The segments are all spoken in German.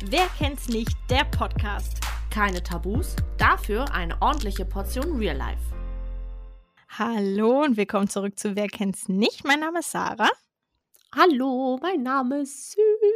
Wer kennt's nicht? Der Podcast. Keine Tabus, dafür eine ordentliche Portion Real Life. Hallo und willkommen zurück zu Wer kennt's nicht? Mein Name ist Sarah. Hallo, mein Name ist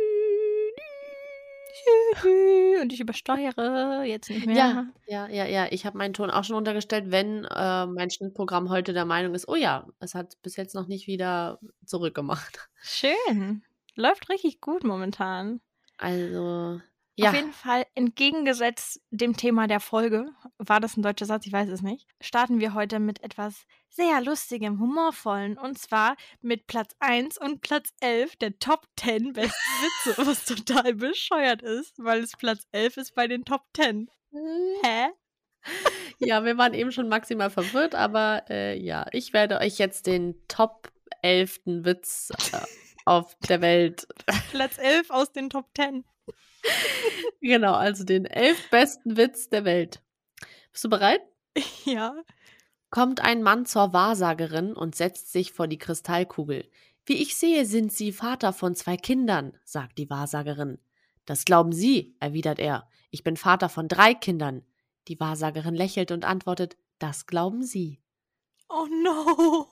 Und ich übersteuere jetzt nicht mehr. Ja. Ich habe meinen Ton auch schon runtergestellt, wenn mein Schnittprogramm heute der Meinung ist, oh ja, es hat bis jetzt noch nicht wieder zurückgemacht. Schön. Läuft richtig gut momentan. Also, ja. Auf jeden Fall, entgegengesetzt dem Thema der Folge, war das ein deutscher Satz, ich weiß es nicht, starten wir heute mit etwas sehr Lustigem, Humorvollen. Und zwar mit Platz 1 und Platz 11 der Top 10 besten Witze, was total bescheuert ist, weil es Platz 11 ist bei den Top 10. Hä? Ja, wir waren eben schon maximal verwirrt, aber ja, ich werde euch jetzt den Top 11. Witz auf der Welt. Platz 11 aus den Top 10. Genau, also den 11. besten Witz der Welt. Bist du bereit? Ja. Kommt ein Mann zur Wahrsagerin und setzt sich vor die Kristallkugel. Wie ich sehe, sind Sie Vater von 2 Kindern, sagt die Wahrsagerin. Das glauben Sie, erwidert er. Ich bin Vater von 3 Kindern. Die Wahrsagerin lächelt und antwortet, das glauben Sie. Oh no.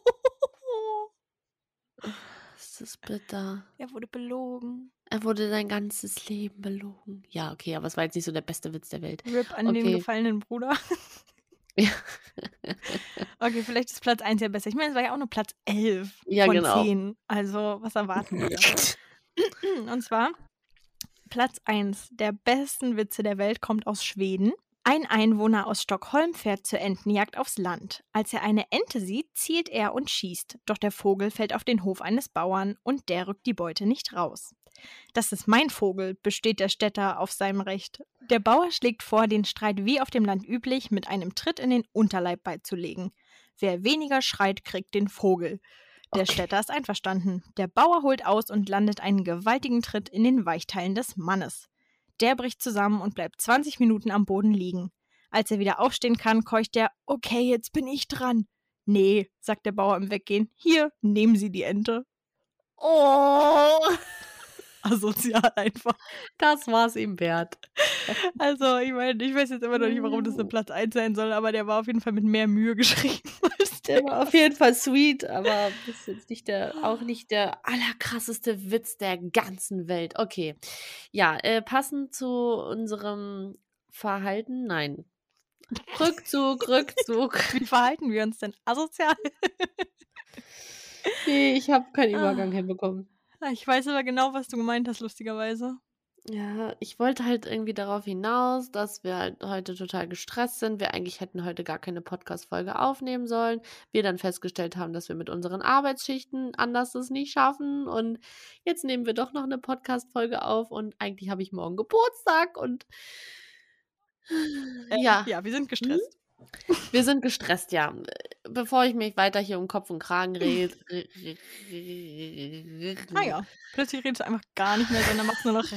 Das ist bitter. Er wurde belogen. Er wurde sein ganzes Leben belogen. Ja, okay, aber es war jetzt nicht so der beste Witz der Welt. RIP an den gefallenen Bruder. Ja. Okay, vielleicht ist Platz 1 ja besser. Ich meine, es war ja auch nur Platz 11 Ja, von genau. 10. Also, was erwarten wir? Und zwar, Platz 1 der besten Witze der Welt kommt aus Schweden. Ein Einwohner aus Stockholm fährt zur Entenjagd aufs Land. Als er eine Ente sieht, zielt er und schießt. Doch der Vogel fällt auf den Hof eines Bauern und der rückt die Beute nicht raus. Das ist mein Vogel, besteht der Städter auf seinem Recht. Der Bauer schlägt vor, den Streit wie auf dem Land üblich mit einem Tritt in den Unterleib beizulegen. Wer weniger schreit, kriegt den Vogel. Der Städter ist einverstanden. Der Bauer holt aus und landet einen gewaltigen Tritt in den Weichteilen des Mannes. Der bricht zusammen und bleibt 20 Minuten am Boden liegen. Als er wieder aufstehen kann, keucht er, okay, jetzt bin ich dran. Nee, sagt der Bauer im Weggehen, hier, nehmen Sie die Ente. Oh, Asozial einfach. das war's ihm wert. Also, ich meine, ich weiß jetzt immer noch nicht, warum das eine Platz 1 sein soll, aber der war auf jeden Fall mit mehr Mühe geschrieben. Der war auf jeden Fall sweet, aber das ist jetzt nicht auch nicht der allerkrasseste Witz der ganzen Welt. Okay. Ja, passend zu unserem Verhalten, nein. Rückzug. Wie verhalten wir uns denn? Asozial? Nee, ich habe keinen Übergang hinbekommen. Ich weiß aber genau, was du gemeint hast, lustigerweise. Ja, ich wollte halt irgendwie darauf hinaus, dass wir halt heute total gestresst sind. Wir eigentlich hätten heute gar keine Podcast-Folge aufnehmen sollen. Wir dann festgestellt haben, dass wir mit unseren Arbeitsschichten anders das nicht schaffen. Und jetzt nehmen wir doch noch eine Podcast-Folge auf. Und eigentlich habe ich morgen Geburtstag. Und ja. Ja, wir sind gestresst. Wir sind gestresst, ja. Bevor ich mich weiter hier um Kopf und Kragen rede. Ah ja, plötzlich redest du einfach gar nicht mehr, sondern machst nur noch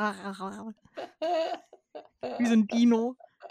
wie so ein Dino.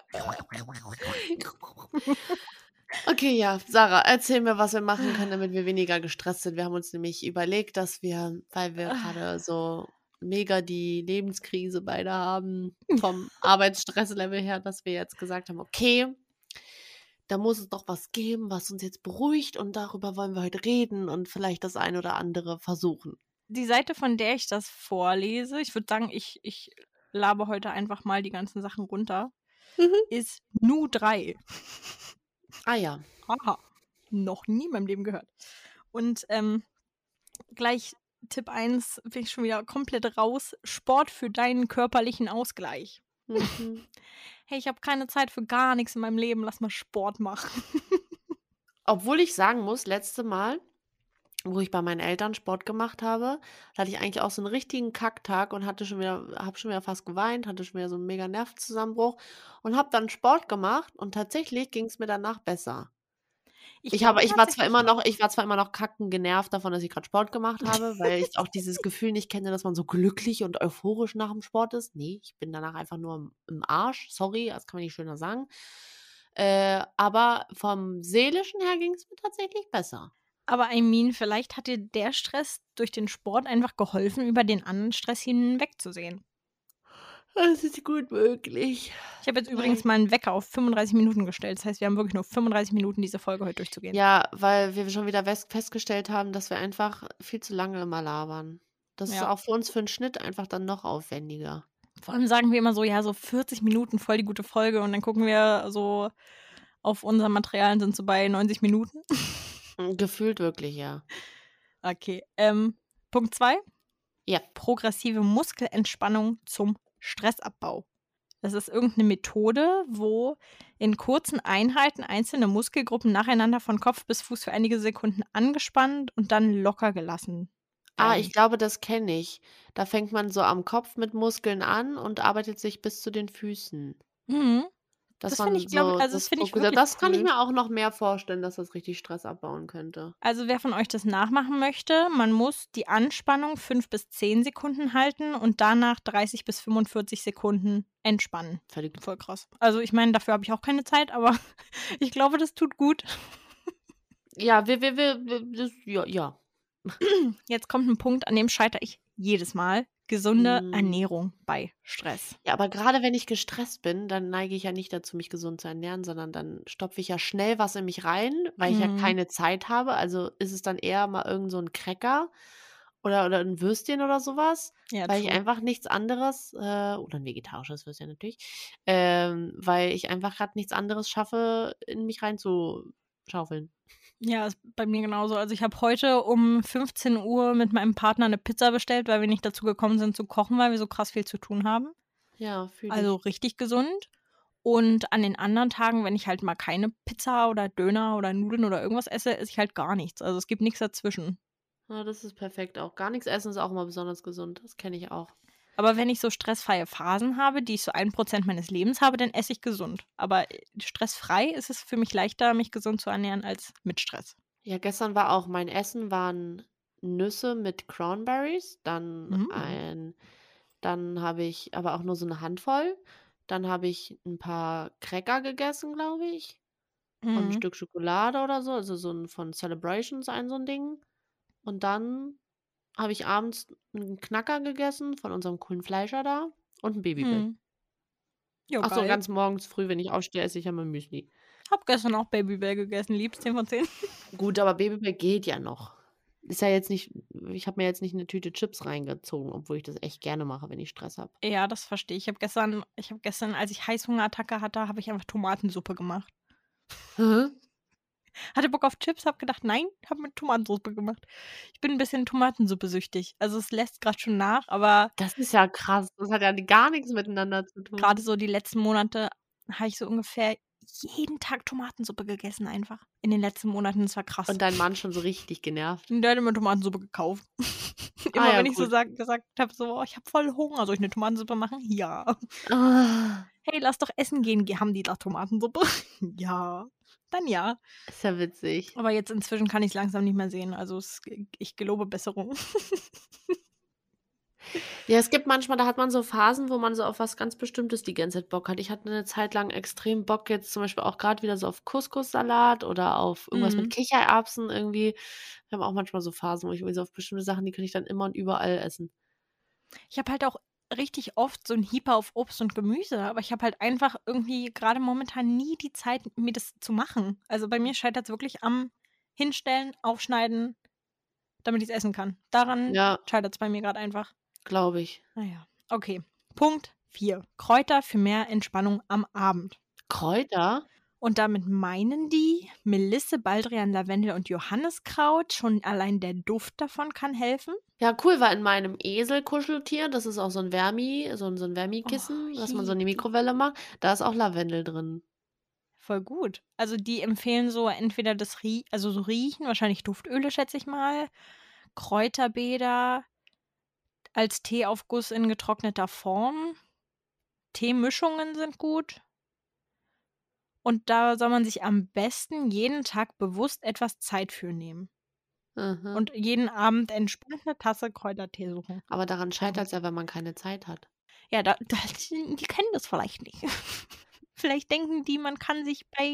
Okay, ja, Sarah, erzähl mir, was wir machen können, damit wir weniger gestresst sind. Wir haben uns nämlich überlegt, dass wir, weil wir gerade so mega die Lebenskrise beide haben, vom Arbeitsstresslevel her, dass wir jetzt gesagt haben, okay, da muss es doch was geben, was uns jetzt beruhigt und darüber wollen wir heute reden und vielleicht das ein oder andere versuchen. Die Seite, von der ich das vorlese, ich würde sagen, ich labe heute einfach mal die ganzen Sachen runter, ist Nu3. Ah ja. Aha, noch nie in meinem Leben gehört. Und gleich Tipp 1 bin ich schon wieder komplett raus. Sport für deinen körperlichen Ausgleich. Hey, ich habe keine Zeit für gar nichts in meinem Leben, lass mal Sport machen. Obwohl ich sagen muss, letzte Mal, wo ich bei meinen Eltern Sport gemacht habe, da hatte ich eigentlich auch so einen richtigen Kacktag und habe schon wieder fast geweint, hatte schon wieder so einen mega Nervenzusammenbruch und habe dann Sport gemacht und tatsächlich ging es mir danach besser. Ich war zwar immer noch kacken genervt davon, dass ich gerade Sport gemacht habe, weil ich auch dieses Gefühl nicht kenne, dass man so glücklich und euphorisch nach dem Sport ist. Nee, ich bin danach einfach nur im Arsch. Sorry, das kann man nicht schöner sagen. Aber vom Seelischen her ging es mir tatsächlich besser. Aber I mean, vielleicht hat dir der Stress durch den Sport einfach geholfen, über den anderen Stress hinwegzusehen. Das ist gut möglich. Ich habe jetzt Nein. übrigens mal einen Wecker auf 35 Minuten gestellt. Das heißt, wir haben wirklich nur 35 Minuten, diese Folge heute durchzugehen. Ja, weil wir schon wieder festgestellt haben, dass wir einfach viel zu lange immer labern. Das ist Ja. auch für uns für 'n Schnitt einfach dann noch aufwendiger. Vor allem sagen wir immer so, ja, so 40 Minuten, voll die gute Folge. Und dann gucken wir so auf unser Material und sind so bei 90 Minuten. Gefühlt wirklich, ja. Okay. Punkt 2. Ja. Progressive Muskelentspannung zum Stressabbau. Das ist irgendeine Methode, wo in kurzen Einheiten einzelne Muskelgruppen nacheinander von Kopf bis Fuß für einige Sekunden angespannt und dann locker gelassen Ah, werden. ich glaube, das kenne ich. Da fängt man so am Kopf mit Muskeln an und arbeitet sich bis zu den Füßen. Mhm. Dass Das finde man ich, glaube so also, das das finde ich fokussiert. wirklich Das kann ich cool. mir auch noch mehr vorstellen, dass das richtig Stress abbauen könnte. Also, wer von euch das nachmachen möchte, man muss die Anspannung 5 bis 10 Sekunden halten und danach 30 bis 45 Sekunden entspannen. Völlig. Voll krass. Also, ich meine, dafür habe ich auch keine Zeit, aber ich glaube, das tut gut. Ja, wir das ja. Jetzt kommt ein Punkt, an dem scheitere ich jedes Mal. Gesunde Hm. Ernährung bei Stress. Ja, aber grade wenn ich gestresst bin, dann neige ich ja nicht dazu, mich gesund zu ernähren, sondern dann stopfe ich ja schnell was in mich rein, weil ich ja Mhm. keine Zeit habe. Also, ist es dann eher mal irgend so 'n Cracker oder 'n Würstchen oder so was, Ja, weil ich true. einfach nichts anderes oder 'n vegetarisches Würstchen natürlich, weil ich einfach grad nichts anderes schaffe, in mich reinzuschaufeln. Ja, ist bei mir genauso. Also, ich habe heute um 15 Uhr mit meinem Partner eine Pizza bestellt, weil wir nicht dazu gekommen sind zu kochen, weil wir so krass viel zu tun haben. Ja, fühle Also, ich. richtig gesund. Und an den anderen Tagen, wenn ich halt mal keine Pizza oder Döner oder Nudeln oder irgendwas esse, esse ich halt gar nichts. Also, es gibt nichts dazwischen. Ja, das ist perfekt auch. Gar nix essen ist auch immer besonders gesund. Das kenne ich auch. Aber wenn ich so stressfreie Phasen habe, die ich so 1% meines Lebens habe, dann esse ich gesund. Aber, stressfrei ist es für mich leichter, mich gesund zu ernähren als mit Stress. Ja, gestern war auch mein Essen waren Nüsse mit Cranberries, dann habe ich aber auch nur so 'ne Handvoll. Dann habe ich 'n paar Cracker gegessen, glaube ich, und 'n Mhm. Stück Schokolade oder so, also so 'n von Celebrations so 'n Ding. Und dann habe ich abends 'n Knacker gegessen von unserem coolen Fleischer da und 'n Babybell. Mhm. Ja, Ach so, und geil. ganz morgens früh, wenn ich aufstehe, esse ich ja mein Müsli. Habe gestern auch Babybel gegessen, lieb's, 10 von 10. Gut, aber Babybell geht ja noch. Ist ja jetzt nicht ich habe mir jetzt nicht 'ne Tüte Chips reingezogen, obwohl ich das echt gerne mache, wenn ich Stress habe. Ja, das verstehe ich. Ich habe gestern, als ich Heißhungerattacke hatte, habe ich einfach Tomatensuppe gemacht. Mhm. Hatte Bock auf Chips, habe gedacht: „Nein“, habe mir Tomatensuppe gemacht. Ich bin 'n bisschen Tomatensuppe-süchtig. Also, es lässt grad schon nach, aber Das ist ja krass. Das hat ja gar nix miteinander zu grade tun. so die letzten Monate habe ich so ungefähr jeden Tag Tomatensuppe gegessen einfach in den letzten Monaten. Das war krass. Und dein Mann schon so richtig genervt? Und der hat immer Tomatensuppe gekauft. Ah Immer ja, wenn ich so gut. gesagt habe so: „Oh, ich habe voll Hunger, soll ich 'ne Tomatensuppe machen?“ „Ja.“ Ah, „Hey, lass doch essen gehen. Haben die da Tomatensuppe?“ „Ja.“ „Dann ja.“ ist ja witzig. Aber jetzt inzwischen kann ich's langsam nicht mehr sehen. Also, ich gelobe Besserung. Ja, es gibt manchmal da hat man so Phasen, wo man so auf was ganz Bestimmtes die ganze Zeit Bock hat. Ich hatte 'ne Zeit lang extrem Bock jetzt zum Beispiel auch grad wieder so auf Couscous-Salat oder auf irgendwas mit Mhm. Kichererbsen irgendwie. Wir haben auch manchmal so Phasen, wo ich irgendwie so auf bestimmte Sachen, die kann ich dann immer und überall essen. Ich habe halt auch richtig oft so 'n Hyper auf Obst und Gemüse, aber ich habe halt einfach irgendwie grade momentan nie die Zeit, mir das zu machen. Also, bei mir scheitert's wirklich am Hinstellen, Aufschneiden, damit ich's essen kann. Daran Ja, scheitert's bei mir grad einfach. glaube ich. Na ja, okay. Punkt 4: Kräuter für mehr Entspannung am Abend. Kräuter? Und damit meinen die Melisse, Baldrian, Lavendel und Johanniskraut. Schon allein der Duft davon kann helfen. Ja, cool, weil in meinem Esel-Kuscheltier, das ist auch so 'n so 'n Oh, Wärmekissen, ich was man so in die liebe die. Mikrowelle macht, da ist auch Lavendel drin. Voll gut. Also, die empfehlen so entweder so riechen, wahrscheinlich Duftöle, schätze ich mal, Kräuterbäder als Teeaufguss in getrockneter Form. Teemischungen sind gut. Und da soll man sich am besten jeden Tag bewusst etwas Zeit für nehmen. Mhm. Und jeden Abend entspannt 'ne Tasse Kräutertee suchen Aber daran machen. scheitert's ja, wenn man keine Zeit hat. Ja, die kennen das vielleicht nicht. Vielleicht denken die, man kann sich bei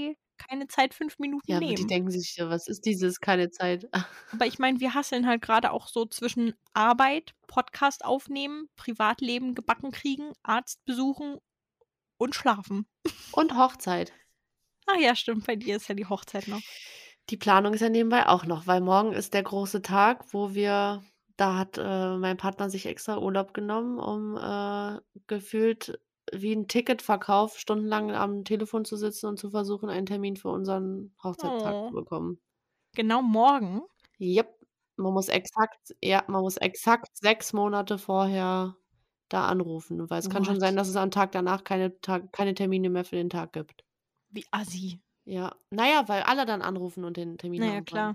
keine Zeit 5 Minuten Ja, aber die nehmen. denken sich ja: „Was ist dieses keine Zeit?" Aber ich meine, wir hasseln halt gerade auch so zwischen Arbeit, Podcast aufnehmen, Privatleben gebacken kriegen, Arzt besuchen und schlafen. Und Hochzeit. Ah ja, stimmt, bei dir ist ja die Hochzeit noch. Die Planung ist ja nebenbei auch noch, weil morgen ist der große Tag, da hat, mein Partner sich extra Urlaub genommen, um, gefühlt wie 'n Ticketverkauf stundenlang am Telefon zu sitzen und zu versuchen, einen Termin für unseren Hochzeitstag zu Oh, bekommen. genau morgen? Jep, man muss exakt 6 Monate vorher da anrufen, weil es kann schon sein, What? dass es am Tag danach keine Termine mehr für den Tag gibt. Wie assi. Ja. Na ja, weil alle dann anrufen und den Termin Na ja, haben wollen. klar.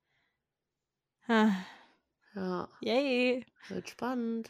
Ah, Ja, yay. wird spannend.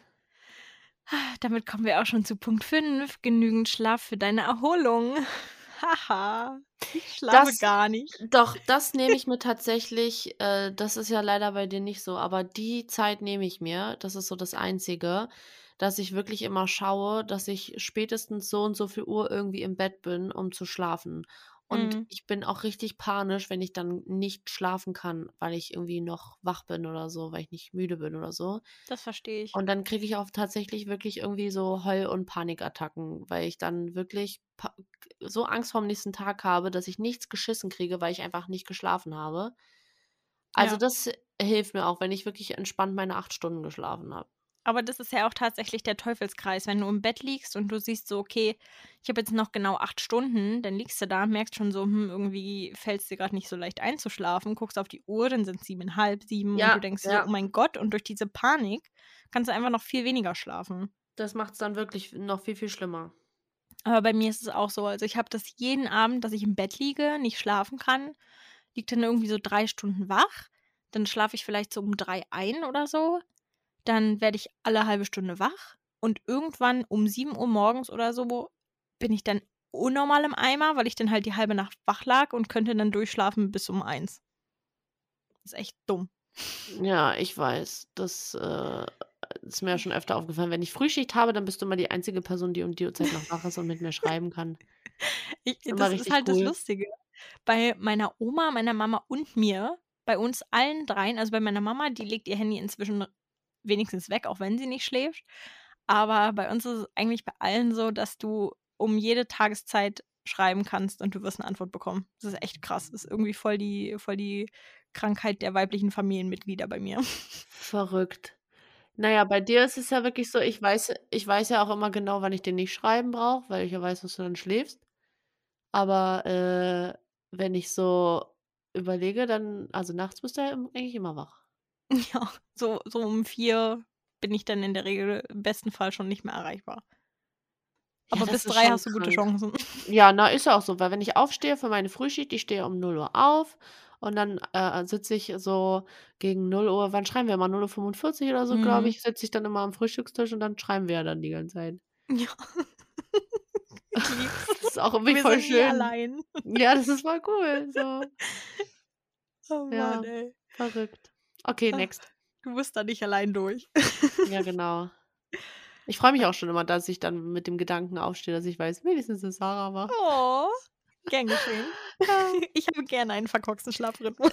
Damit kommen wir auch schon zu Punkt 5. Genügend Schlaf für deine Erholung. Haha, ich schlafe Das gar nicht. Doch, das nehme ich mir tatsächlich, das ist ja leider bei dir nicht so, aber die Zeit nehme ich mir. Das ist so das Einzige, dass ich wirklich immer schaue, dass ich spätestens so und so viel Uhr irgendwie im Bett bin, um zu schlafen. Und Mhm, ich bin auch richtig panisch, wenn ich dann nicht schlafen kann, weil ich irgendwie noch wach bin oder so, weil ich nicht müde bin oder so. das verstehe ich. Und dann kriege ich auch tatsächlich wirklich irgendwie so Heul und Panikattacken, weil ich dann wirklich so Angst vorm nächsten Tag habe, dass ich nichts geschissen kriege, weil ich einfach nicht geschlafen habe. Also, Ja. das hilft mir auch, wenn ich wirklich entspannt meine 8 Stunden geschlafen habe. Aber das ist ja auch tatsächlich der Teufelskreis. Wenn du im Bett liegst und du siehst so: „Okay, ich habe jetzt noch genau 8 Stunden“, dann liegst du da, merkst schon so, irgendwie fällt's dir grad nicht so leicht einzuschlafen, guckst auf die Uhr, dann sind's 7:30, 7 und du Ja, denkst dir so: „Oh ja, mein Gott“, und durch diese Panik kannst du einfach noch viel weniger schlafen. das macht's dann wirklich noch viel, viel schlimmer. Aber bei mir ist es auch so. Also, ich habe das jeden Abend, dass ich im Bett liege, nicht schlafen kann, liege dann irgendwie so 3 Stunden wach, dann schlafe ich vielleicht so um 3 ein oder so. Dann werde ich alle halbe Stunde wach und irgendwann um 7 Uhr morgens oder so bin ich dann unnormal im Eimer, weil ich dann halt die halbe Nacht wach lag und könnte dann durchschlafen bis um 1. Ist echt dumm. Ja, ich weiß. Das, ist mir ja schon öfter aufgefallen. Wenn ich Frühschicht habe, dann bist du immer die einzige Person, die um die Uhrzeit noch wach ist und mit mir schreiben kann. Ist immer Das ist richtig halt das cool. Lustige. Bei meiner Oma, meiner Mama und mir, bei uns allen dreien, also bei meiner Mama, die legt ihr Handy inzwischen wenigstens weg, auch wenn sie nicht schläft. Aber bei uns ist es eigentlich bei allen so, dass du um jede Tageszeit schreiben kannst und du wirst 'ne Antwort bekommen. Das ist echt krass. Das ist irgendwie voll die Krankheit der weiblichen Familienmitglieder bei mir. Verrückt. Na ja, bei dir ist es ja wirklich so, ich weiß ja auch immer genau, wann ich dir nicht schreiben brauche, weil ich ja weiß, dass du dann schläfst. Aber, wenn ich so überlege, dann also, nachts bist du ja eigentlich immer wach. Ja, so um 4 bin ich dann in der Regel im besten Fall schon nicht mehr erreichbar. Ja, Aber das bis ist 3 schon hast du gute krank. Chancen. Ja, na, ist ja auch so, weil wenn ich aufstehe für meine Frühschicht, ich stehe um 0 Uhr auf und dann, sitze ich so gegen 0 Uhr, wann schreiben wir immer? 0:45 oder so, glaube Mhm. ich, sitze ich dann immer am Frühstückstisch und dann schreiben wir ja dann die ganze Zeit. Ja, ich lieb's. Das ist auch irgendwie Wir voll sind nie schön. allein. Ja, das ist voll cool, so. Oh Mann, Ja, ey. verrückt. Okay, Ah, next. du musst da nicht allein durch. Ja, genau. Ich freue mich auch schon immer, dass ich dann mit dem Gedanken aufstehe, dass ich weiß, wenigstens ist Sarah wach. Oh, gern geschehen. Ja. Ich habe gerne einen verkorksten Schlafrhythmus.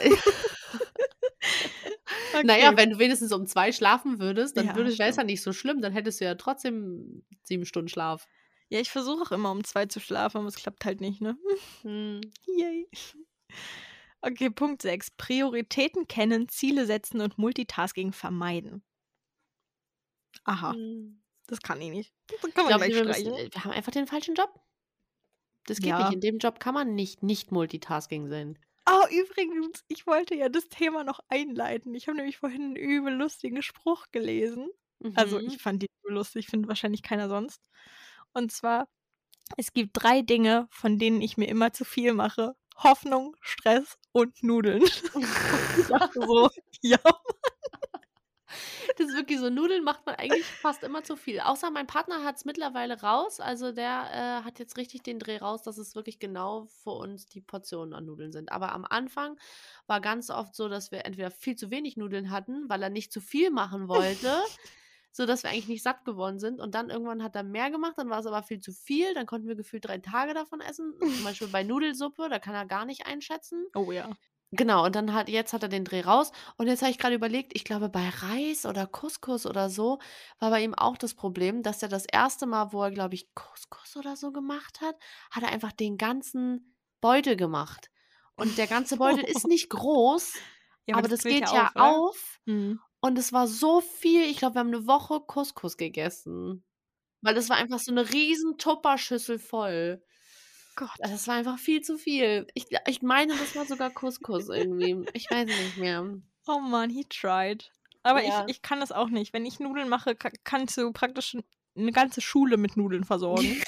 Na ja, Okay. wenn du wenigstens um 2 schlafen würdest, dann Ja, wäre es ja stimmt. nicht so schlimm, dann hättest du ja trotzdem 7 Stunden Schlaf. Ja, ich versuche auch immer um 2 zu schlafen, aber es klappt halt nicht, ne? Mhm. Yay. Okay, Punkt 6. Prioritäten kennen, Ziele setzen und Multitasking vermeiden. Aha, Mhm. das kann ich nicht. Das Ich kann man glaube, gleich streichen. wir haben einfach den falschen Job. Das geht nicht. Ja. In dem Job kann man nicht Multitasking sein. Oh, übrigens, ich wollte ja das Thema noch einleiten. Ich habe nämlich vorhin 'n übel lustigen Spruch gelesen. Also, ich Mhm. fand ihn übel lustig, findet wahrscheinlich keiner sonst. Und zwar: „Es gibt 3 Dinge, von denen ich mir immer zu viel mache: Hoffnung, Stress und Nudeln.“ Und ich dachte so: „Ja, Das ist wirklich so, Nudeln macht man eigentlich fast immer zu viel. Außer mein Partner hat's mittlerweile raus. Also, der, hat jetzt richtig den Dreh raus, dass es wirklich genau für uns die Portionen an Nudeln sind. Aber am Anfang war ganz oft so, dass wir entweder viel zu wenig Nudeln hatten, weil er nicht zu viel machen wollte, sodass wir eigentlich nicht satt geworden sind. Und dann irgendwann hat er mehr gemacht, dann war es aber viel zu viel. Dann konnten wir gefühlt 3 Tage davon essen. Zum Beispiel bei Nudelsuppe, da kann er gar nicht einschätzen. Oh ja. Genau, und dann jetzt hat er den Dreh raus. Und jetzt habe ich gerade überlegt, ich glaube, bei Reis oder Couscous oder so war bei ihm auch das Problem, dass er das erste Mal, wo er, glaube ich, Couscous oder so gemacht hat, hat er einfach den ganzen Beutel gemacht. Und der ganze Beutel ist nicht groß, Ja, aber aber das das quillt geht ja ja auf, oder? auf. Mhm. Und es war so viel. Ich glaube, wir haben 'ne Woche Couscous gegessen. Weil das war einfach so 'ne riesen Tupperschüssel voll. Gott. Das war einfach viel zu viel. Ich meine, das war sogar Couscous irgendwie. Ich weiß es nicht mehr. Oh Mann, he tried. Aber Ja. ich kann das auch nicht. Wenn ich Nudeln mache, kannst du praktisch 'ne ganze Schule mit Nudeln versorgen.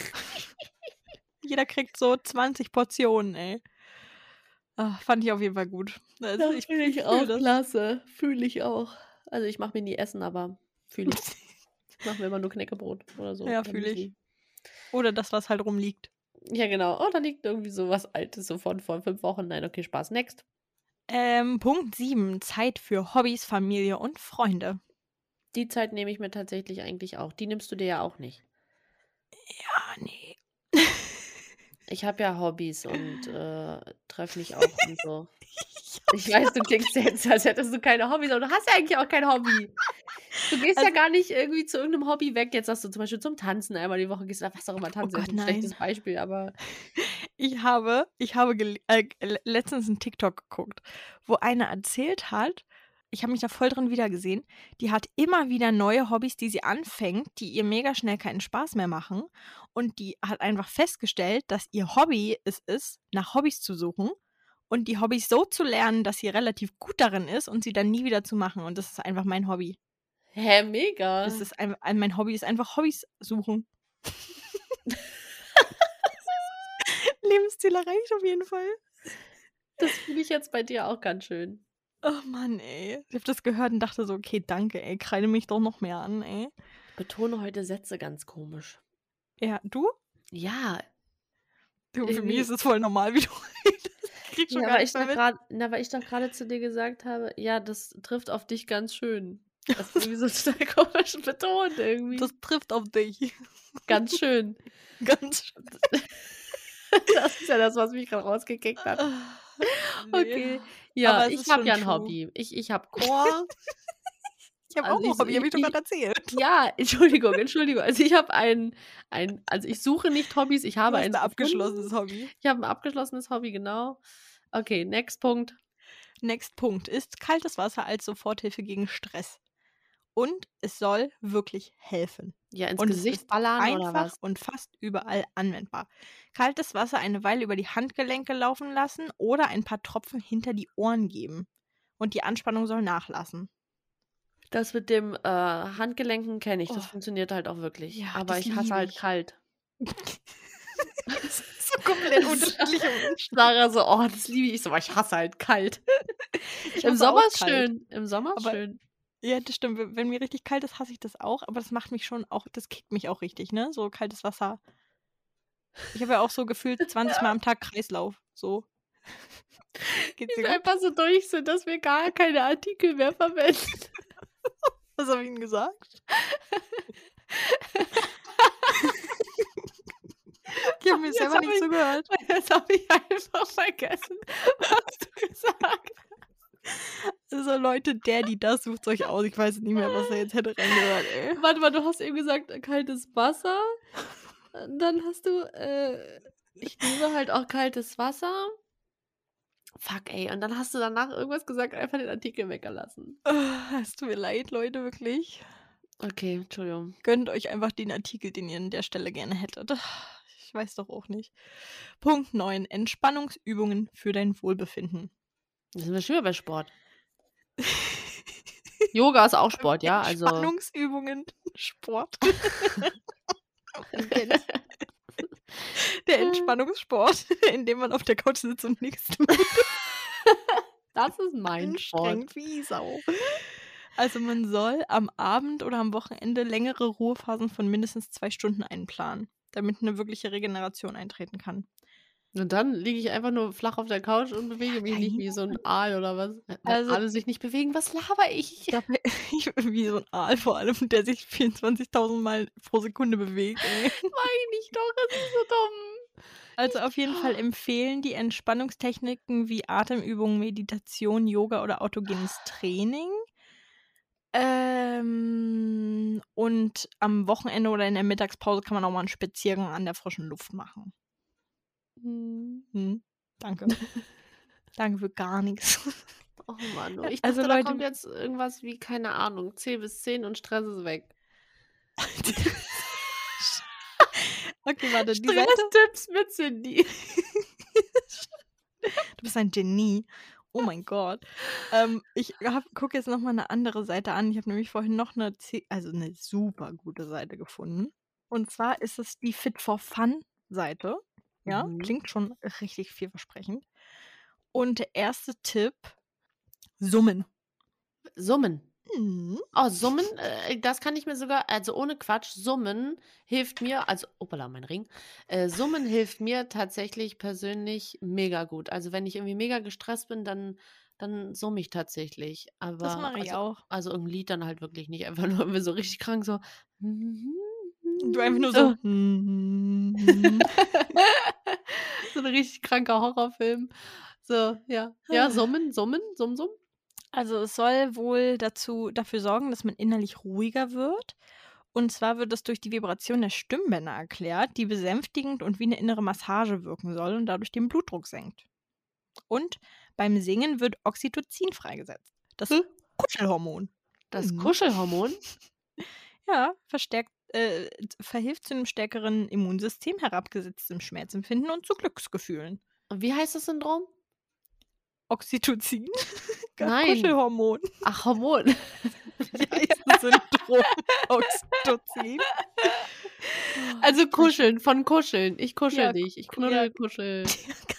Jeder kriegt so 20 Portionen, ey. Fand ich auf jeden Fall gut. Also, Das ich finde ich fühle auch das. klasse. Fühle ich auch. Also, ich mache mir nie Essen, aber fühle ich. Ich mache mir immer nur Knäckebrot oder so Ja, oder fühle ich. Müsli. Oder das, was halt rumliegt. Ja, genau. Oh, da liegt irgendwie so was Altes so von vor 5 Wochen. Nein, okay, Spaß. Next. Punkt 7, Zeit für Hobbys, Familie und Freunde. Die Zeit nehme ich mir tatsächlich eigentlich auch. Die nimmst du dir ja auch nicht. Ja, ne. Ich habe ja Hobbys und, treffe mich auch und so. Ich weiß, du klingst jetzt, als hättest du keine Hobbys, aber du hast ja eigentlich auch kein Hobby. Du gehst ja Also gar nicht irgendwie zu irgend 'nem Hobby weg. Jetzt sagst du zum Beispiel zum Tanzen einmal die Woche gehst oder was auch immer. Tanzen ist Gott, 'n schlechtes nein. Beispiel, aber Ich habe letztens 'n TikTok geguckt, wo eine erzählt hat, ich habe mich da voll drin wiedergesehen, die hat immer wieder neue Hobbys, die sie anfängt, die ihr mega schnell keinen Spaß mehr machen. Und die hat einfach festgestellt, dass ihr Hobby es ist, nach Hobbys zu suchen und die Hobbys so zu lernen, dass sie relativ gut darin ist und sie dann nie wieder zu machen. Und das ist einfach mein Hobby. hä, Das mega. ist mein Hobby ist einfach Hobbys suchen. Lebensziel erreicht auf jeden Fall. Das fühle ich jetzt bei dir auch ganz schön. Oh Mann, ey. Ich habe das gehört und dachte so: „Okay, danke, ey. Kreide mich doch noch mehr an, ey." Betone heute Sätze ganz komisch. Ja, du? Ja, Du, für mich irgendwie ist es voll normal, wie du redest. Ich krieg schon ja, gar weil nichts mehr mit. weil ich doch grade zu dir gesagt habe: „Ja, das trifft auf dich ganz schön." Das ist irgendwie so total komisch betont irgendwie. Das trifft auf dich. Ganz schön. Ganz schön. Das ist ja das, was mich grad rausgekickt hat. Ne. Okay. Ja, Aber es ich ist habe schon ja 'n true. Hobby. Ich habe Chor. Ich habe auch Also, 'n Hobby, habe ich doch grad erzählt. ja, Entschuldigung. Also, ich habe also, ich suche nicht Hobbys, ich Du habe hast 'n eins abgeschlossenes gefunden. Hobby. Ich habe 'n abgeschlossenes Hobby, genau. Okay, next Punkt. Next Punkt ist kaltes Wasser als Soforthilfe gegen Stress. Und es soll wirklich helfen. Ja, ins Und es Gesicht ist ballern oder einfach was? und fast überall anwendbar. Kaltes Wasser eine Weile über die Handgelenke laufen lassen oder ein paar Tropfen hinter die Ohren geben. Und die Anspannung soll nachlassen. Das mit dem, Handgelenken kenne ich, das Oh, funktioniert halt auch wirklich. ja, Aber das ich hasse liebe halt ich. kalt. Das sind so komplett unterschiedliche Menschen. Sarah so: „Oh, das liebe ich." Ich so: „Aber ich hasse halt kalt." Ich Im hasse Sommer auch ist kalt. schön. Im Sommer ist Aber schön. ja, das stimmt. Wenn mir richtig kalt ist, hasse ich das auch. Aber das macht mich schon auch, das kickt mich auch richtig, ne? So kaltes Wasser. Ich habe ja auch so gefühlt 20 Mal am Tag Kreislauf. So. Geht's Die dir wir gut? einfach so durch sind, dass wir gar keine Artikel mehr verwenden. Was habe ich denn gesagt? Ich habe mir Jetzt selber habe nicht ich zugehört. jetzt habe ich einfach vergessen, was du gesagt hast. Also Leute, das sucht euch aus. Ich weiß nicht mehr, was da jetzt hätte reingehört, ey. Warte mal, du hast eben gesagt, kaltes Wasser. Dann hast du, ich liebe halt auch kaltes Wasser. Fuck, ey. Und dann hast du danach irgendwas gesagt, einfach den Artikel weggelassen. Es tut mir leid, Leute, wirklich. Okay, Entschuldigung. Gönnt euch einfach den Artikel, den ihr an der Stelle gerne hättet. Ich weiß doch auch nicht. Punkt 9. Entspannungsübungen für dein Wohlbefinden. Da sind wir schon wieder bei Sport. Yoga ist auch Sport, ja? Also Entspannungsübungen, Sport. Der Entspannungssport, in dem man auf der Couch sitzt und nichts tut. Das ist mein Sport. Anstrengend wie Sau. Also man soll am Abend oder am Wochenende längere Ruhephasen von mindestens 2 Stunden einplanen, damit eine wirkliche Regeneration eintreten kann. Und dann liege ich einfach nur flach auf der Couch und bewege mich nicht wie so ein Aal oder was? Weil Also Aale sich nicht bewegen, was laber ich? dabei ich bin wie so 'n Aal vor allem, der sich 24.000 Mal pro Sekunde bewegt, ey. Meine ich doch, es ist so dumm. Also, Ich auf jeden Fall empfehlen die Entspannungstechniken wie Atemübungen, Meditation, Yoga oder autogenes Training. Und am Wochenende oder in der Mittagspause kann man auch mal 'n Spaziergang an der frischen Luft machen. Mhm. Danke. Danke für gar nix. Oh Mann, oh. Ich Also, dachte, da kommt Leute jetzt irgendwas wie, keine Ahnung, 10 bis 10 und Stress ist weg. Okay, warte, die Seite Stresstipps mit Cindy. Du bist ein Genie. Oh mein Gott. Ich gucke jetzt noch mal 'ne andere Seite an. Ich habe nämlich vorhin noch 'ne super gute Seite gefunden. Und zwar ist es die Fit for Fun Seite. Ja, Mhm. klingt schon richtig vielversprechend. Und der erste Tipp: Summen. Summen. Mhm. Oh, Summen, das kann ich mir sogar, also ohne Quatsch, Summen hilft mir, also hoppala, mein Ring. Summen hilft mir tatsächlich persönlich mega gut. Also, wenn ich irgendwie mega gestresst bin, dann summe ich tatsächlich. Das Aber mache ich auch. also irgend Lied dann halt wirklich nicht, einfach nur irgendwie so richtig krank so. Und du einfach nur so So. So 'n richtig kranker Horrorfilm. So, ja. Ja, Summen, Summen, Summ, Summ. Also, es soll wohl dafür sorgen, dass man innerlich ruhiger wird. Und zwar wird es durch die Vibration der Stimmbänder erklärt, die besänftigend und wie eine innere Massage wirken soll und dadurch den Blutdruck senkt. Und beim Singen wird Oxytocin freigesetzt, das Hä? Kuschelhormon. Das Mhm. Kuschelhormon? Ja, verhilft zu einem stärkeren Immunsystem, herabgesetztem Schmerzempfinden und zu Glücksgefühlen. Und wie heißt das Syndrom? Oxytocin, Nein. Kuschelhormon. Ach, Hormon. Wie heißt das Syndrom? Oxytocin? Also Ich bin sch kuscheln, von kuscheln. Ich kuschel ja, dich. Ich ja, knuddel, kuschel.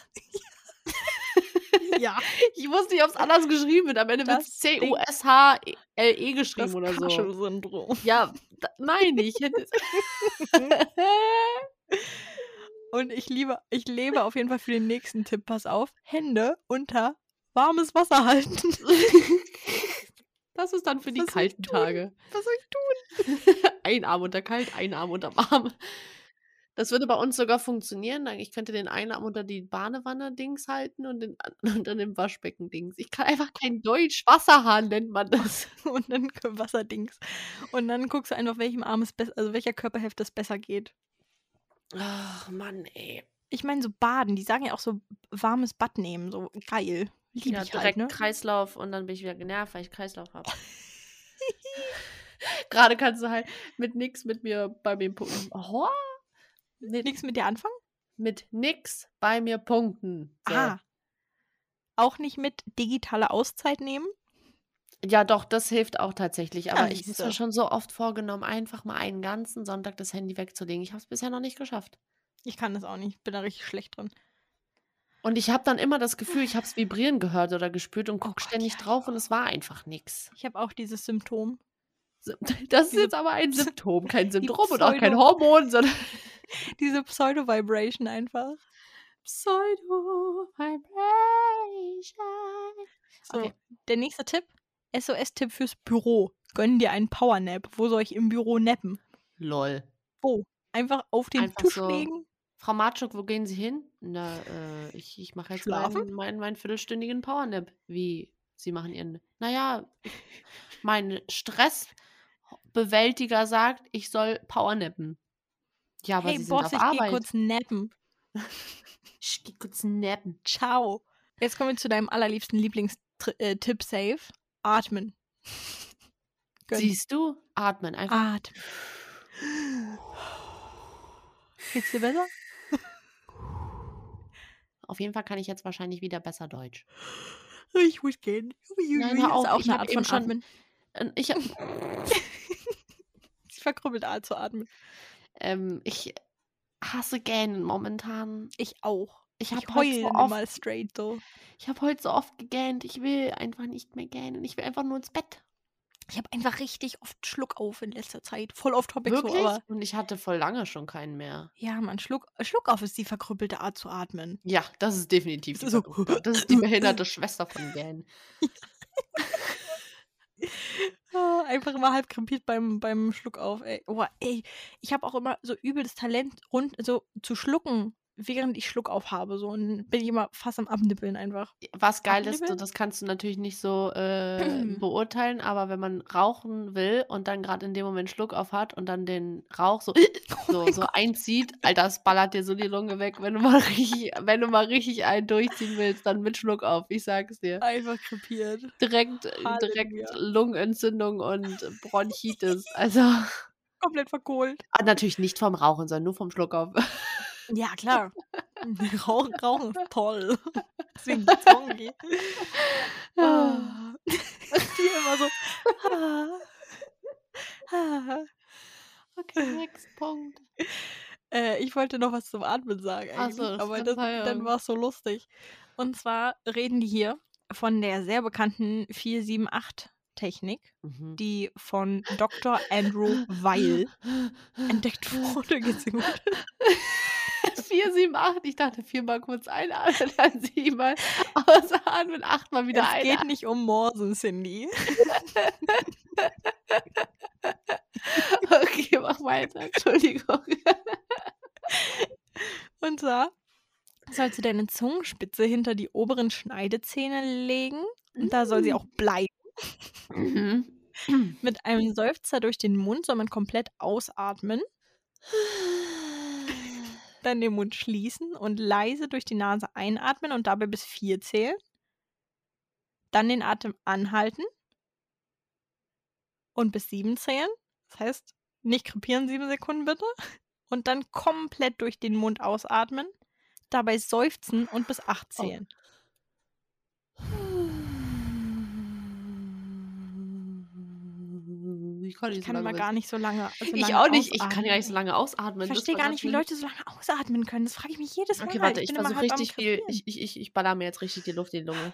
ja, Ich wusste nicht, ob's anders geschrieben wird. Am Ende wird's das Ding, Cushele geschrieben das oder so. Kuschelsyndrom. Ja, meine ich. Hätte Und ich lebe auf jeden Fall für den nächsten Tipp. Pass auf, Hände unter warmes Wasser halten. Das ist dann für die Was soll ich kalten tun? Tage. Was soll ich tun? Ein Arm unter kalt, ein Arm unter warm. Das würde bei uns sogar funktionieren. Ich könnte den einen Arm unter die Badewanne-Dings halten und den anderen unter dem Waschbecken-Dings. Ich kann einfach kein Deutsch. Wasserhahn nennt man das. Und dann Wasserdings. Und dann guckst du einfach, welchem Arm es welcher Körperhälfte es besser geht. Ach Mann, ey. Ich meine, so baden, die sagen ja auch so warmes Bad nehmen, so geil. Liebe Ja, ich halt, direkt ne? Kreislauf und dann bin ich wieder genervt, weil ich Kreislauf habe. Grade kannst du halt mit nix mit mir bei mir punkten. Oh, Nix mit dir anfangen? mit nix bei mir punkten. So. Ah, auch nicht mit digitale Auszeit nehmen? Ja, doch, das hilft auch tatsächlich, Ja, aber ich habe es mir siehste. schon so oft vorgenommen, einfach mal einen ganzen Sonntag das Handy wegzulegen. Ich habe es bisher noch nicht geschafft. Ich kann das auch nicht, bin da richtig schlecht drin. Und ich habe dann immer das Gefühl, ich habe es vibrieren gehört oder gespürt und Oh gucke Gott, ständig ja, ich drauf und es auch. war einfach nix. Ich habe auch dieses Symptom. So, das ist Diese jetzt aber ein Symptom, kein die Syndrom und auch kein Hormon, sondern diese Pseudo-Vibration einfach. Pseudo-Vibration. So, Okay. der nächste Tipp, SOS-Tipp fürs Büro. Gönn dir einen Powernap. Wo soll ich im Büro nappen? Lol. Wo? Einfach auf den Einfach Tisch so: legen, „Frau Marczuk, wo gehen Sie hin?“ „Na, ich mache jetzt schlafen? meinen viertelstündigen Powernap.“ „Wie? Sie machen Ihren“ „Na ja, mein Stressbewältiger sagt, ich soll powernappen.“ „Ja, aber „Hey Sie sind Boss, auf ich gehe Arbeit.“ kurz nappen. „Ich gehe kurz nappen.“ Ciao.“ Jetzt kommen wir zu deinem allerliebsten Tipp Save. Atmen. Gönn. Siehst du? Atmen, einfach Atmen. Geht's dir besser? Auf jeden Fall kann ich jetzt wahrscheinlich wieder besser Deutsch. Ich muss gehen. Nein, hör Ist auf, auch ich 'ne habe Art eben von schon Atmen. ich habe Die verkrüppelte Art zu atmen. ich hasse Gähnen momentan. Ich auch. Ich Ich habe heute heule so dann oft immer straight so. Ich habe heute so oft gegähnt. Ich will einfach nicht mehr gähnen. Ich will einfach nur ins Bett. Ich habe einfach richtig oft Schluckauf in letzter Zeit. Voll off topic so, Wirklich? aber Und ich hatte voll lange schon keinen mehr. ja, Mann, Schluckauf ist die verkrüppelte Art zu atmen. Ja, das ist definitiv Es die ist so. verrückte Art. Das ist die behinderte Schwester von Gähnen. Einfach immer halb krepiert beim Schluckauf, ey. Oh, ey, ich habe auch immer so übel das Talent, so zu schlucken, während ich Schluckauf habe. So, und bin ich immer fast am Abnippeln einfach. Was geil ist, Abnippeln? das kannst du natürlich nicht so, beurteilen, aber wenn man rauchen will und dann gerade in dem Moment Schluckauf hat und dann den Rauch so mein so Gott. einzieht, Alter, das ballert dir so die Lunge weg. Wenn du mal richtig einen durchziehen willst, dann mit Schluckauf, ich sage es dir. Einfach krepiert. Direkt Halleluja. Lungenentzündung und Bronchitis. Also, Komplett verkohlt. natürlich nicht vom Rauchen, sondern nur vom Schluckauf. Ja, klar. Rauchen ist toll. Deswegen Zongi. Die immer so. Okay, nächster Punkt. Ich wollte noch was zum Atmen sagen Ach eigentlich, so, aber dann Verzeihung. war es so lustig. Und zwar reden die hier von der sehr bekannten 4-7-8-Technik, Mhm. die von Dr. Andrew Weil entdeckt wurde. Geht's dir gut? 4, 7, 8. Ich dachte 4-mal kurz einatmen, dann 7-mal ausatmen, 8-mal wieder Es geht einatmen. nicht um Morsen, Cindy. Okay, mach weiter. Entschuldigung. Und zwar sollst du deine Zungenspitze hinter die oberen Schneidezähne legen und da soll sie auch bleiben. Mhm. Mit einem Seufzer durch den Mund soll man komplett ausatmen, dann den Mund schließen und leise durch die Nase einatmen und dabei bis 4 zählen. Dann den Atem anhalten und bis 7 zählen. Das heißt, nicht krepieren 7 Sekunden bitte. Und dann komplett durch den Mund ausatmen, dabei seufzen und bis 8 zählen. Ich kann nicht so Ich kann lange mal gar nicht so lange Ich auch nicht. Ich kann gar nicht so lange ausatmen. Ich Das verstehe gar nicht, wie verstanden. Leute so lange ausatmen können. Das frage ich mich jedes Mal. Okay, warte, ich bin immer versuche halb am richtig viel. krepieren. Ich baller mir jetzt richtig die Luft in die Lunge.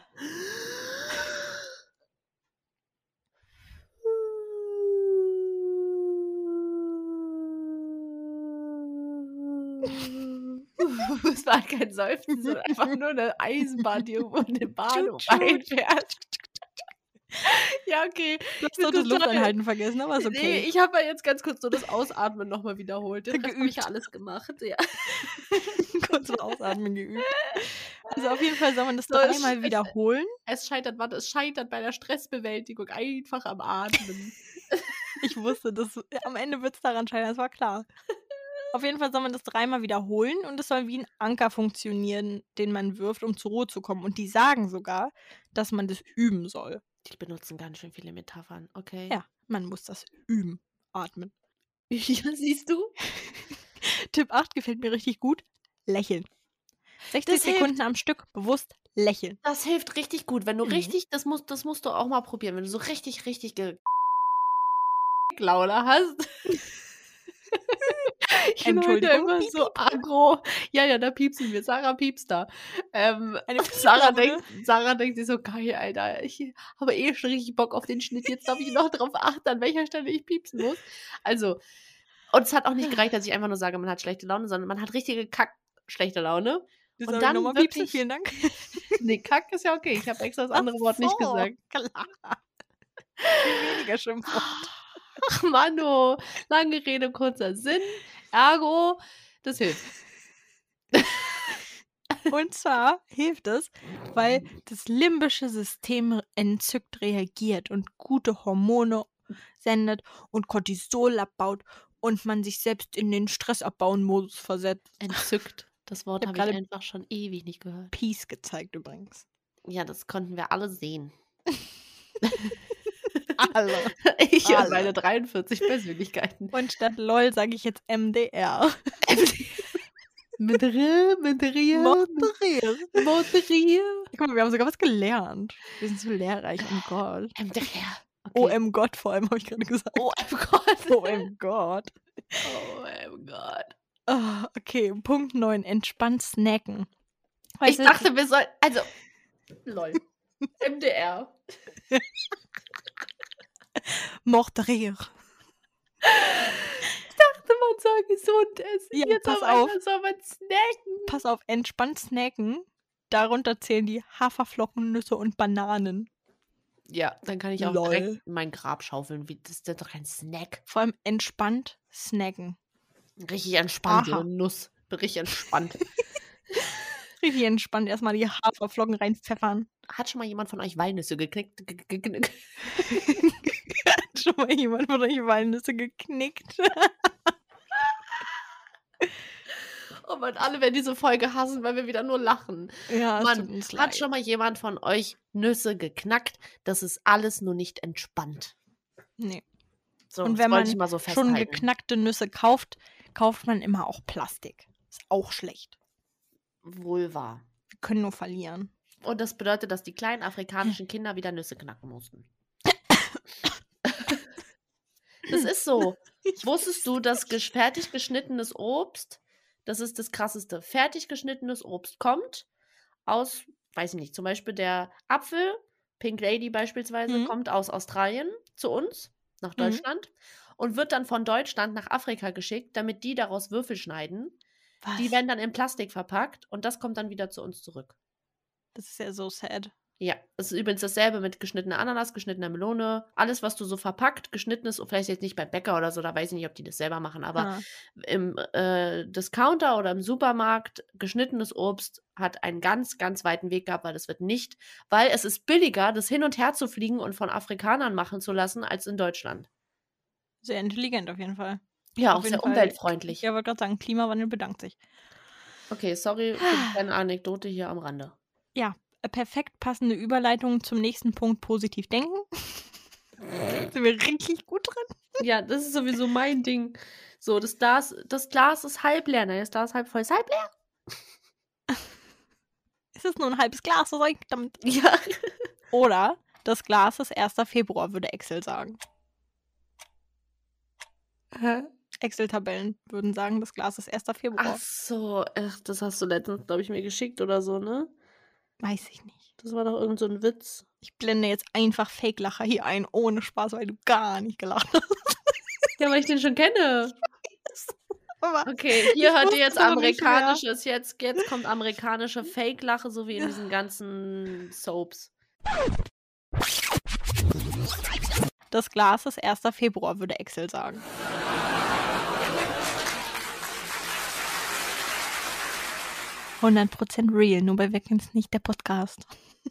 Es war kein Seufzen, sondern einfach nur eine Eisenbahn, die irgendwo in den Bahnhof einfährt. Ja, okay. Du hast doch das Luftanhalten vergessen, aber ist Nee, okay. ich habe ja jetzt ganz kurz so das Ausatmen nochmal wiederholt. Den Rest habe ich ja Geübt. alles gemacht, ja. Kurz mal Ausatmen geübt. Also auf jeden Fall soll man das So, es- 3-mal wiederholen. Es scheitert bei der Stressbewältigung einfach am Atmen. Ich wusste, am Ende wird es daran scheitern, das war klar. Auf jeden Fall soll man das 3-mal wiederholen und es soll wie ein Anker funktionieren, den man wirft, um zur Ruhe zu kommen. Und die sagen sogar, dass man das üben soll. Die benutzen ganz schön viele Metaphern, okay. Ja, man muss das üben. Atmen. Ja, siehst du? Tipp 8 gefällt mir richtig gut. Lächeln. 60 Das hilft. Sekunden am Stück bewusst lächeln. Das hilft richtig gut. Wenn du Mhm. richtig, das musst du auch mal probieren, wenn du so richtig Laune hast. Ich bin heute Entschuldigung. immer Piep, so aggro. Ja, da piepsen wir. Sarah piepst da. Eine Sarah Pieplaune. denkt sich so, geil, Alter. Ich habe schon richtig Bock auf den Schnitt. Jetzt darf ich noch darauf achten, an welcher Stelle ich piepsen muss. Also, und es hat auch nicht gereicht, dass ich einfach nur sage, man hat schlechte Laune, sondern man hat richtige schlechte Laune. Du Und sollst dann nochmal piepsen, wirklich, vielen Dank. nee, Kack ist ja okay. Ich habe extra das andere Wort nicht gesagt. Klar. Viel weniger Schimpfwort. Ach, Mano. Lange Rede, kurzer Sinn. Ergo, das hilft. Und zwar hilft es, weil das limbische System entzückt reagiert und gute Hormone sendet und Cortisol abbaut und man sich selbst in den Stressabbauenmodus versetzt. Entzückt. Das Wort Ich hab habe ich gerade einfach schon ewig nicht gehört. Peace gezeigt übrigens. Ja, das konnten wir alle sehen. Alle. Ich und Alle. meine 43 Persönlichkeiten. Und statt LOL sage ich jetzt MDR. Moderier. Guck mal, wir haben sogar was gelernt. Wir sind so lehrreich, oh Gott. MDR. Oh, Okay. Gott vor allem, habe ich gerade gesagt. Oh, Gott. Oh, Gott. Oh, Gott. Ah, okay, Punkt 9. Entspannt snacken. Ich Weißt du, dachte, wir sollten. Also. Lol. MDR. Mortarier. Man soll gesund essen. Ja, Jetzt pass auf einmal auf. soll man snacken. Pass auf, entspannt snacken. Darunter zählen die Haferflocken, Nüsse und Bananen. Ja, dann kann ich auch Lol. direkt in mein Grab schaufeln. Das ist doch kein Snack. Vor allem entspannt snacken. Richtig entspannt, so Aha. eine Nuss. Bin richtig entspannt. Richtig entspannt erstmal die Haferflocken reinpfeffern. Hat schon mal jemand von euch Walnüsse geknickt? Hat schon mal jemand von euch Walnüsse geknickt? Oh Mann, alle werden diese Folge hassen, weil wir wieder nur lachen. Ja, es tut Mann, uns hat leid. schon mal jemand von euch Nüsse geknackt? Das ist alles nur nicht entspannt. Nee. So, Und das wenn wollte ich man mal so schon festhalten. geknackte Nüsse kauft, kauft man immer auch Plastik. Ist auch schlecht. Wohl wahr. Wir können nur verlieren. Und das bedeutet, dass die kleinen afrikanischen Kinder wieder Nüsse knacken mussten. Das ist so. Wusstest du, dass fertig geschnittenes Obst, das ist das Krasseste, fertig geschnittenes Obst kommt aus, weiß ich nicht, zum Beispiel der Apfel, Pink Lady beispielsweise, kommt aus Australien zu uns, nach Deutschland, und wird dann von Deutschland nach Afrika geschickt, damit die daraus Würfel schneiden. Was? Die werden dann in Plastik verpackt und das kommt dann wieder zu uns zurück. Das ist ja so sad. Ja, es ist übrigens dasselbe mit geschnittener Ananas, geschnittener Melone, alles, was du so verpackt, geschnittenes, vielleicht jetzt nicht beim Bäcker oder so, da weiß ich nicht, ob die das selber machen, aber im Discounter oder im Supermarkt, geschnittenes Obst hat einen ganz, ganz weiten Weg gehabt, weil es ist billiger, das hin und her zu fliegen und von Afrikanern machen zu lassen, als in Deutschland. Sehr intelligent auf jeden Fall. Ja, Auf auch jeden sehr Fall. umweltfreundlich. Ja, wollte gerade sagen, Klimawandel bedankt sich. Okay, sorry für die kleine Anekdote hier am Rande. Ja, perfekt passende Überleitung zum nächsten Punkt, positiv denken. Sind wir richtig gut drin? Ja, das ist sowieso mein Ding. So, das Glas ist halb leer, ne? Das Glas halb voll. Ist halb leer. Es ist nur ein halbes Glas, was soll ich damit? Ja. Oder das Glas ist 1. Februar, würde Excel sagen. Hä? Excel-Tabellen würden sagen, das Glas ist 1. Februar. Ach so, das hast du letztens, glaube ich, mir geschickt oder so, ne? Weiß ich nicht. Das war doch irgend so ein Witz. Ich blende jetzt einfach Fake-Lacher hier ein, ohne Spaß, weil du gar nicht gelacht hast. Ja, weil ich den schon kenne. Aber Okay, hier hört ihr jetzt aber nicht mehr. amerikanisches, jetzt kommt amerikanische Fake-Lache, so wie in diesen ganzen Soaps. Das Glas ist 1. Februar, würde Excel sagen. %100% real, nur bei Wer kennt's nicht, der Podcast.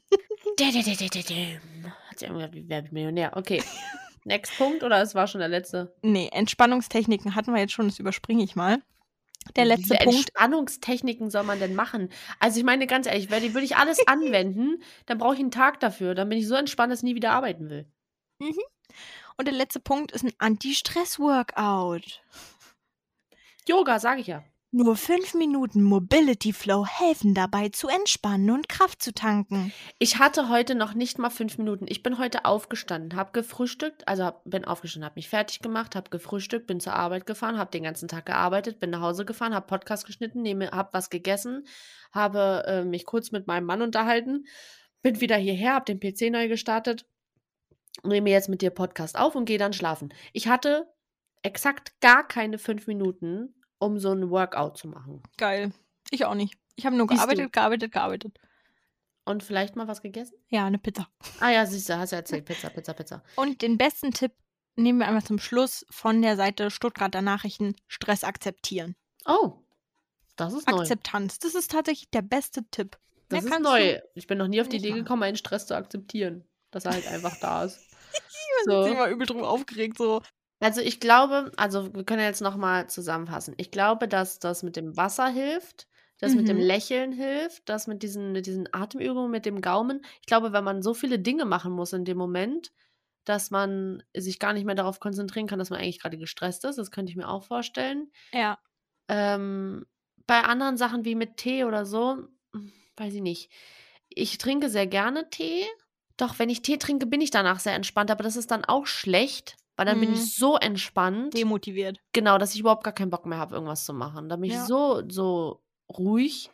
Hat sie irgendwie wie Wer wird Millionär. Okay. Next Punkt oder es war schon der letzte? Nee, Entspannungstechniken hatten wir jetzt schon, das überspringe ich mal. Der letzte Wie viele Punkt. Entspannungstechniken soll man denn machen? Also ich meine ganz ehrlich, würde ich alles anwenden, dann brauche ich einen Tag dafür. Dann bin ich so entspannt, dass ich nie wieder arbeiten will. Und der letzte Punkt ist ein Anti-Stress-Workout. Yoga, sage ich ja. Nur 5 Minuten Mobility Flow helfen dabei, zu entspannen und Kraft zu tanken. Ich hatte heute noch nicht mal 5 Minuten. Ich bin heute aufgestanden, habe gefrühstückt, bin aufgestanden, habe mich fertig gemacht, habe gefrühstückt, bin zur Arbeit gefahren, habe den ganzen Tag gearbeitet, bin nach Hause gefahren, habe Podcast geschnitten, habe was gegessen, habe mich kurz mit meinem Mann unterhalten, bin wieder hierher, habe den PC neu gestartet, nehme jetzt mit dir Podcast auf und gehe dann schlafen. Ich hatte exakt gar keine 5 Minuten, um so ein Workout zu machen. Geil. Ich auch nicht. Ich habe nur Siehst du. gearbeitet. Und vielleicht mal was gegessen? Ja, eine Pizza. Ah ja, siehst du, hast ja erzählt. Pizza. Und den besten Tipp nehmen wir einmal zum Schluss von der Seite Stuttgarter Nachrichten: Stress akzeptieren. Oh, das ist neu. Akzeptanz. Das ist tatsächlich der beste Tipp. Das Mehr ist kannst neu. du Ich bin noch nie auf die nicht Idee machen. gekommen, einen Stress zu akzeptieren. Dass er halt einfach da ist. Ich bin immer übel drüber aufgeregt. So. Also ich glaube, wir können jetzt nochmal zusammenfassen. Ich glaube, dass das mit dem Wasser hilft, das mit dem Lächeln hilft, das mit diesen Atemübungen, mit dem Gaumen. Ich glaube, wenn man so viele Dinge machen muss in dem Moment, dass man sich gar nicht mehr darauf konzentrieren kann, dass man eigentlich gerade gestresst ist. Das könnte ich mir auch vorstellen. Ja. Bei anderen Sachen wie mit Tee oder so, weiß ich nicht. Ich trinke sehr gerne Tee. Doch, wenn ich Tee trinke, bin ich danach sehr entspannt. Aber das ist dann auch schlecht, weil dann bin ich so entspannt. Demotiviert. Genau, dass ich überhaupt gar keinen Bock mehr habe, irgendwas zu machen. Da bin ich so ruhig,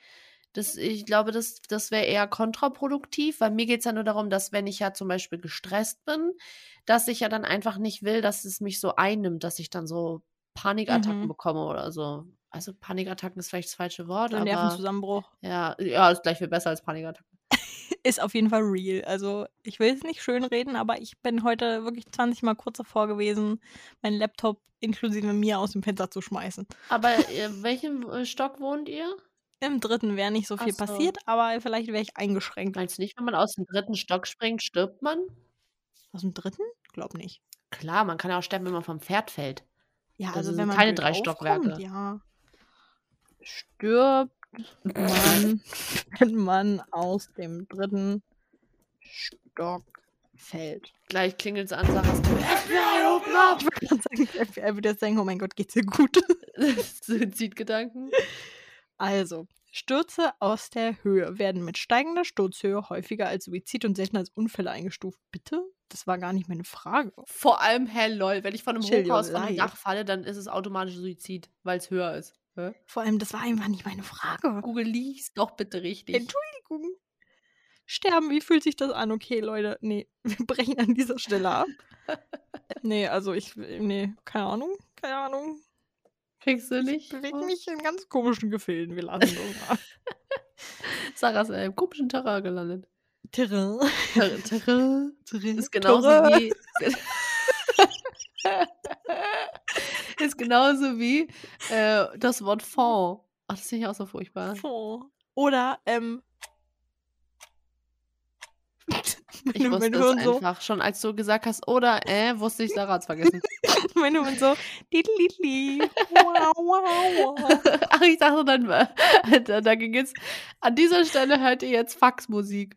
Ich glaube, das wäre eher kontraproduktiv, weil mir geht es ja nur darum, dass wenn ich ja zum Beispiel gestresst bin, dass ich ja dann einfach nicht will, dass es mich so einnimmt, dass ich dann so Panikattacken bekomme oder so. Also Panikattacken ist vielleicht das falsche Wort, So ein aber Nervenzusammenbruch. ja, ist gleich viel besser als Panikattacken. Ist auf jeden Fall real. Also ich will es nicht schönreden, aber ich bin heute wirklich 20 Mal kurz davor gewesen, meinen Laptop inklusive mir aus dem Fenster zu schmeißen. Aber in welchem Stock wohnt ihr? Im 3. wäre nicht so viel passiert, aber vielleicht wäre ich eingeschränkt. Meinst du nicht, wenn man aus dem 3. Stock springt, stirbt man? Aus dem 3.? Glaub nicht. Klar, man kann ja auch sterben, wenn man vom Pferd fällt. Ja, Das also sind wenn man keine blöd 3 aufkommt, Stockwerke. ja. Stirbt man, wenn man aus dem 3. Stock fällt. Gleich klingelt es an, sagst du, FBI, open up! Ich würde gerade sagen, FBI würde jetzt sagen, oh mein Gott, geht's dir gut? Suizidgedanken. Also, Stürze aus der Höhe werden mit steigender Sturzhöhe häufiger als Suizid und seltener als Unfälle eingestuft. Bitte? Das war gar nicht meine Frage. Vor allem, lol, wenn ich von einem Chill your Hochhaus von einem life. Dach falle, dann ist es automatisch Suizid, weil es höher ist. Hä? Vor allem, das war einfach nicht meine Frage. Google, lies doch bitte richtig. Entschuldigung. Sterben, wie fühlt sich das an? Okay, Leute, nee, wir brechen an dieser Stelle ab. Nee, also keine Ahnung. Kriegst du nicht? Ich bewege mich in ganz komischen Gefilden. Wir lassen das mal. Sarah ist in einem komischen Terrain gelandet. Terrain. Terrain. Ist genauso wie... ist genauso wie das Wort Fond. Ach, das finde ich auch so furchtbar. Fond. Oder, Ich wusste es einfach. Schon als du gesagt hast, oder, wusste ich, Sarah hat's vergessen. Wenn du so, Lidli, wow, wow. Ach, ich dachte dann, da ging jetzt, an dieser Stelle hört ihr jetzt Faxmusik.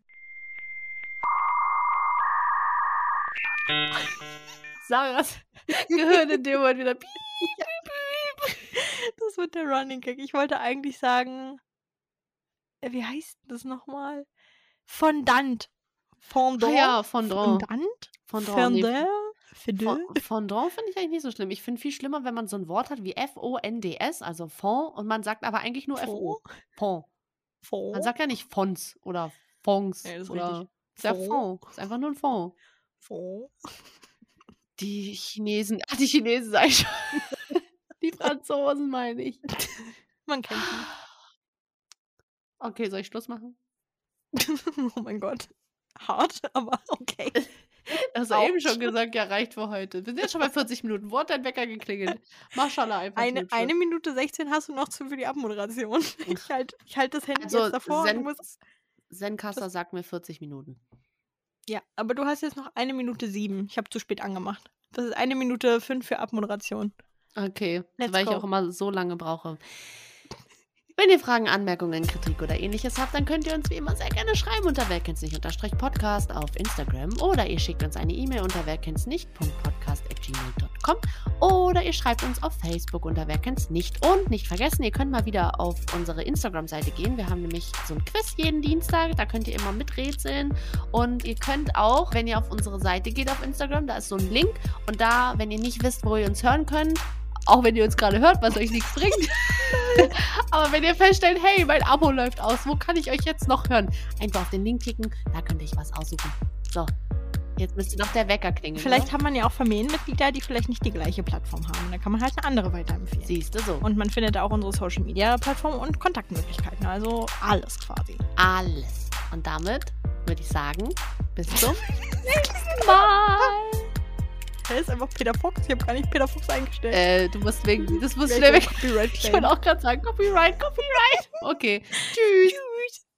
Sarahs Gehirn in dem Moment wieder piep, piep, piep. Das wird der Running Gag. Ich wollte eigentlich sagen, wie heißt das nochmal? Fondant. Fondant? Ja, Fondant. Fondant? Fondant finde ich eigentlich nicht so schlimm. Ich finde viel schlimmer, wenn man so ein Wort hat wie Fonds, also Fond, und man sagt aber eigentlich nur FO. Fond. Man sagt ja nicht Fonds oder Fonds. Ja, das ist oder richtig. Ja, Fond. Ist einfach nur ein Fond. Fond. Die Chinesen sag ich schon. Die Franzosen meine ich. Man kennt sie. Okay, soll ich Schluss machen? Oh mein Gott. Hart, aber okay. Hast du eben schon gesagt, ja, reicht für heute. Wir sind jetzt schon bei 40 Minuten. Wo hat dein Wecker geklingelt? Maschallah einfach. Eine Minute 16 hast du noch für die Abmoderation. Ich halt das Handy jetzt davor. Zencaster sagt mir 40 Minuten. Ja, aber du hast jetzt noch 1 Minute 7. Ich habe zu spät angemacht. Das ist 1 Minute 5 für Abmoderation. Okay, Let's weil go. ich auch immer so lange brauche. Wenn ihr Fragen, Anmerkungen, Kritik oder ähnliches habt, dann könnt ihr uns wie immer sehr gerne schreiben unter werkennt's-nicht_podcast auf Instagram oder ihr schickt uns eine E-Mail unter werkennt's-nicht.podcast@gmail.com oder ihr schreibt uns auf Facebook unter werkennt's-nicht. Und nicht vergessen, ihr könnt mal wieder auf unsere Instagram-Seite gehen. Wir haben nämlich so ein Quiz jeden Dienstag, da könnt ihr immer miträtseln und ihr könnt auch, wenn ihr auf unsere Seite geht auf Instagram, da ist so ein Link und da, wenn ihr nicht wisst, wo ihr uns hören könnt, auch wenn ihr uns gerade hört, was euch nichts bringt. Aber wenn ihr feststellt, hey, mein Abo läuft aus, wo kann ich euch jetzt noch hören? Einfach auf den Link klicken, da könnt ihr euch was aussuchen. So, jetzt müsste noch der Wecker klingeln. Vielleicht oder? hat man ja auch Familienmitglieder, die vielleicht nicht die gleiche Plattform haben. Dann kann man halt eine andere weiterempfehlen. Siehst du so. Und man findet auch unsere Social-Media-Plattform und Kontaktmöglichkeiten. Also alles quasi. Alles. Und damit würde ich sagen, bis zum nächsten Mal. Der ist einfach Peter Fox. Ich habe gar nicht Peter Fox eingestellt. Du musst wegen, das musst du Vielleicht weg. Copyright Ich wollte auch gerade sagen, Copyright. Okay, tschüss. Tschüss.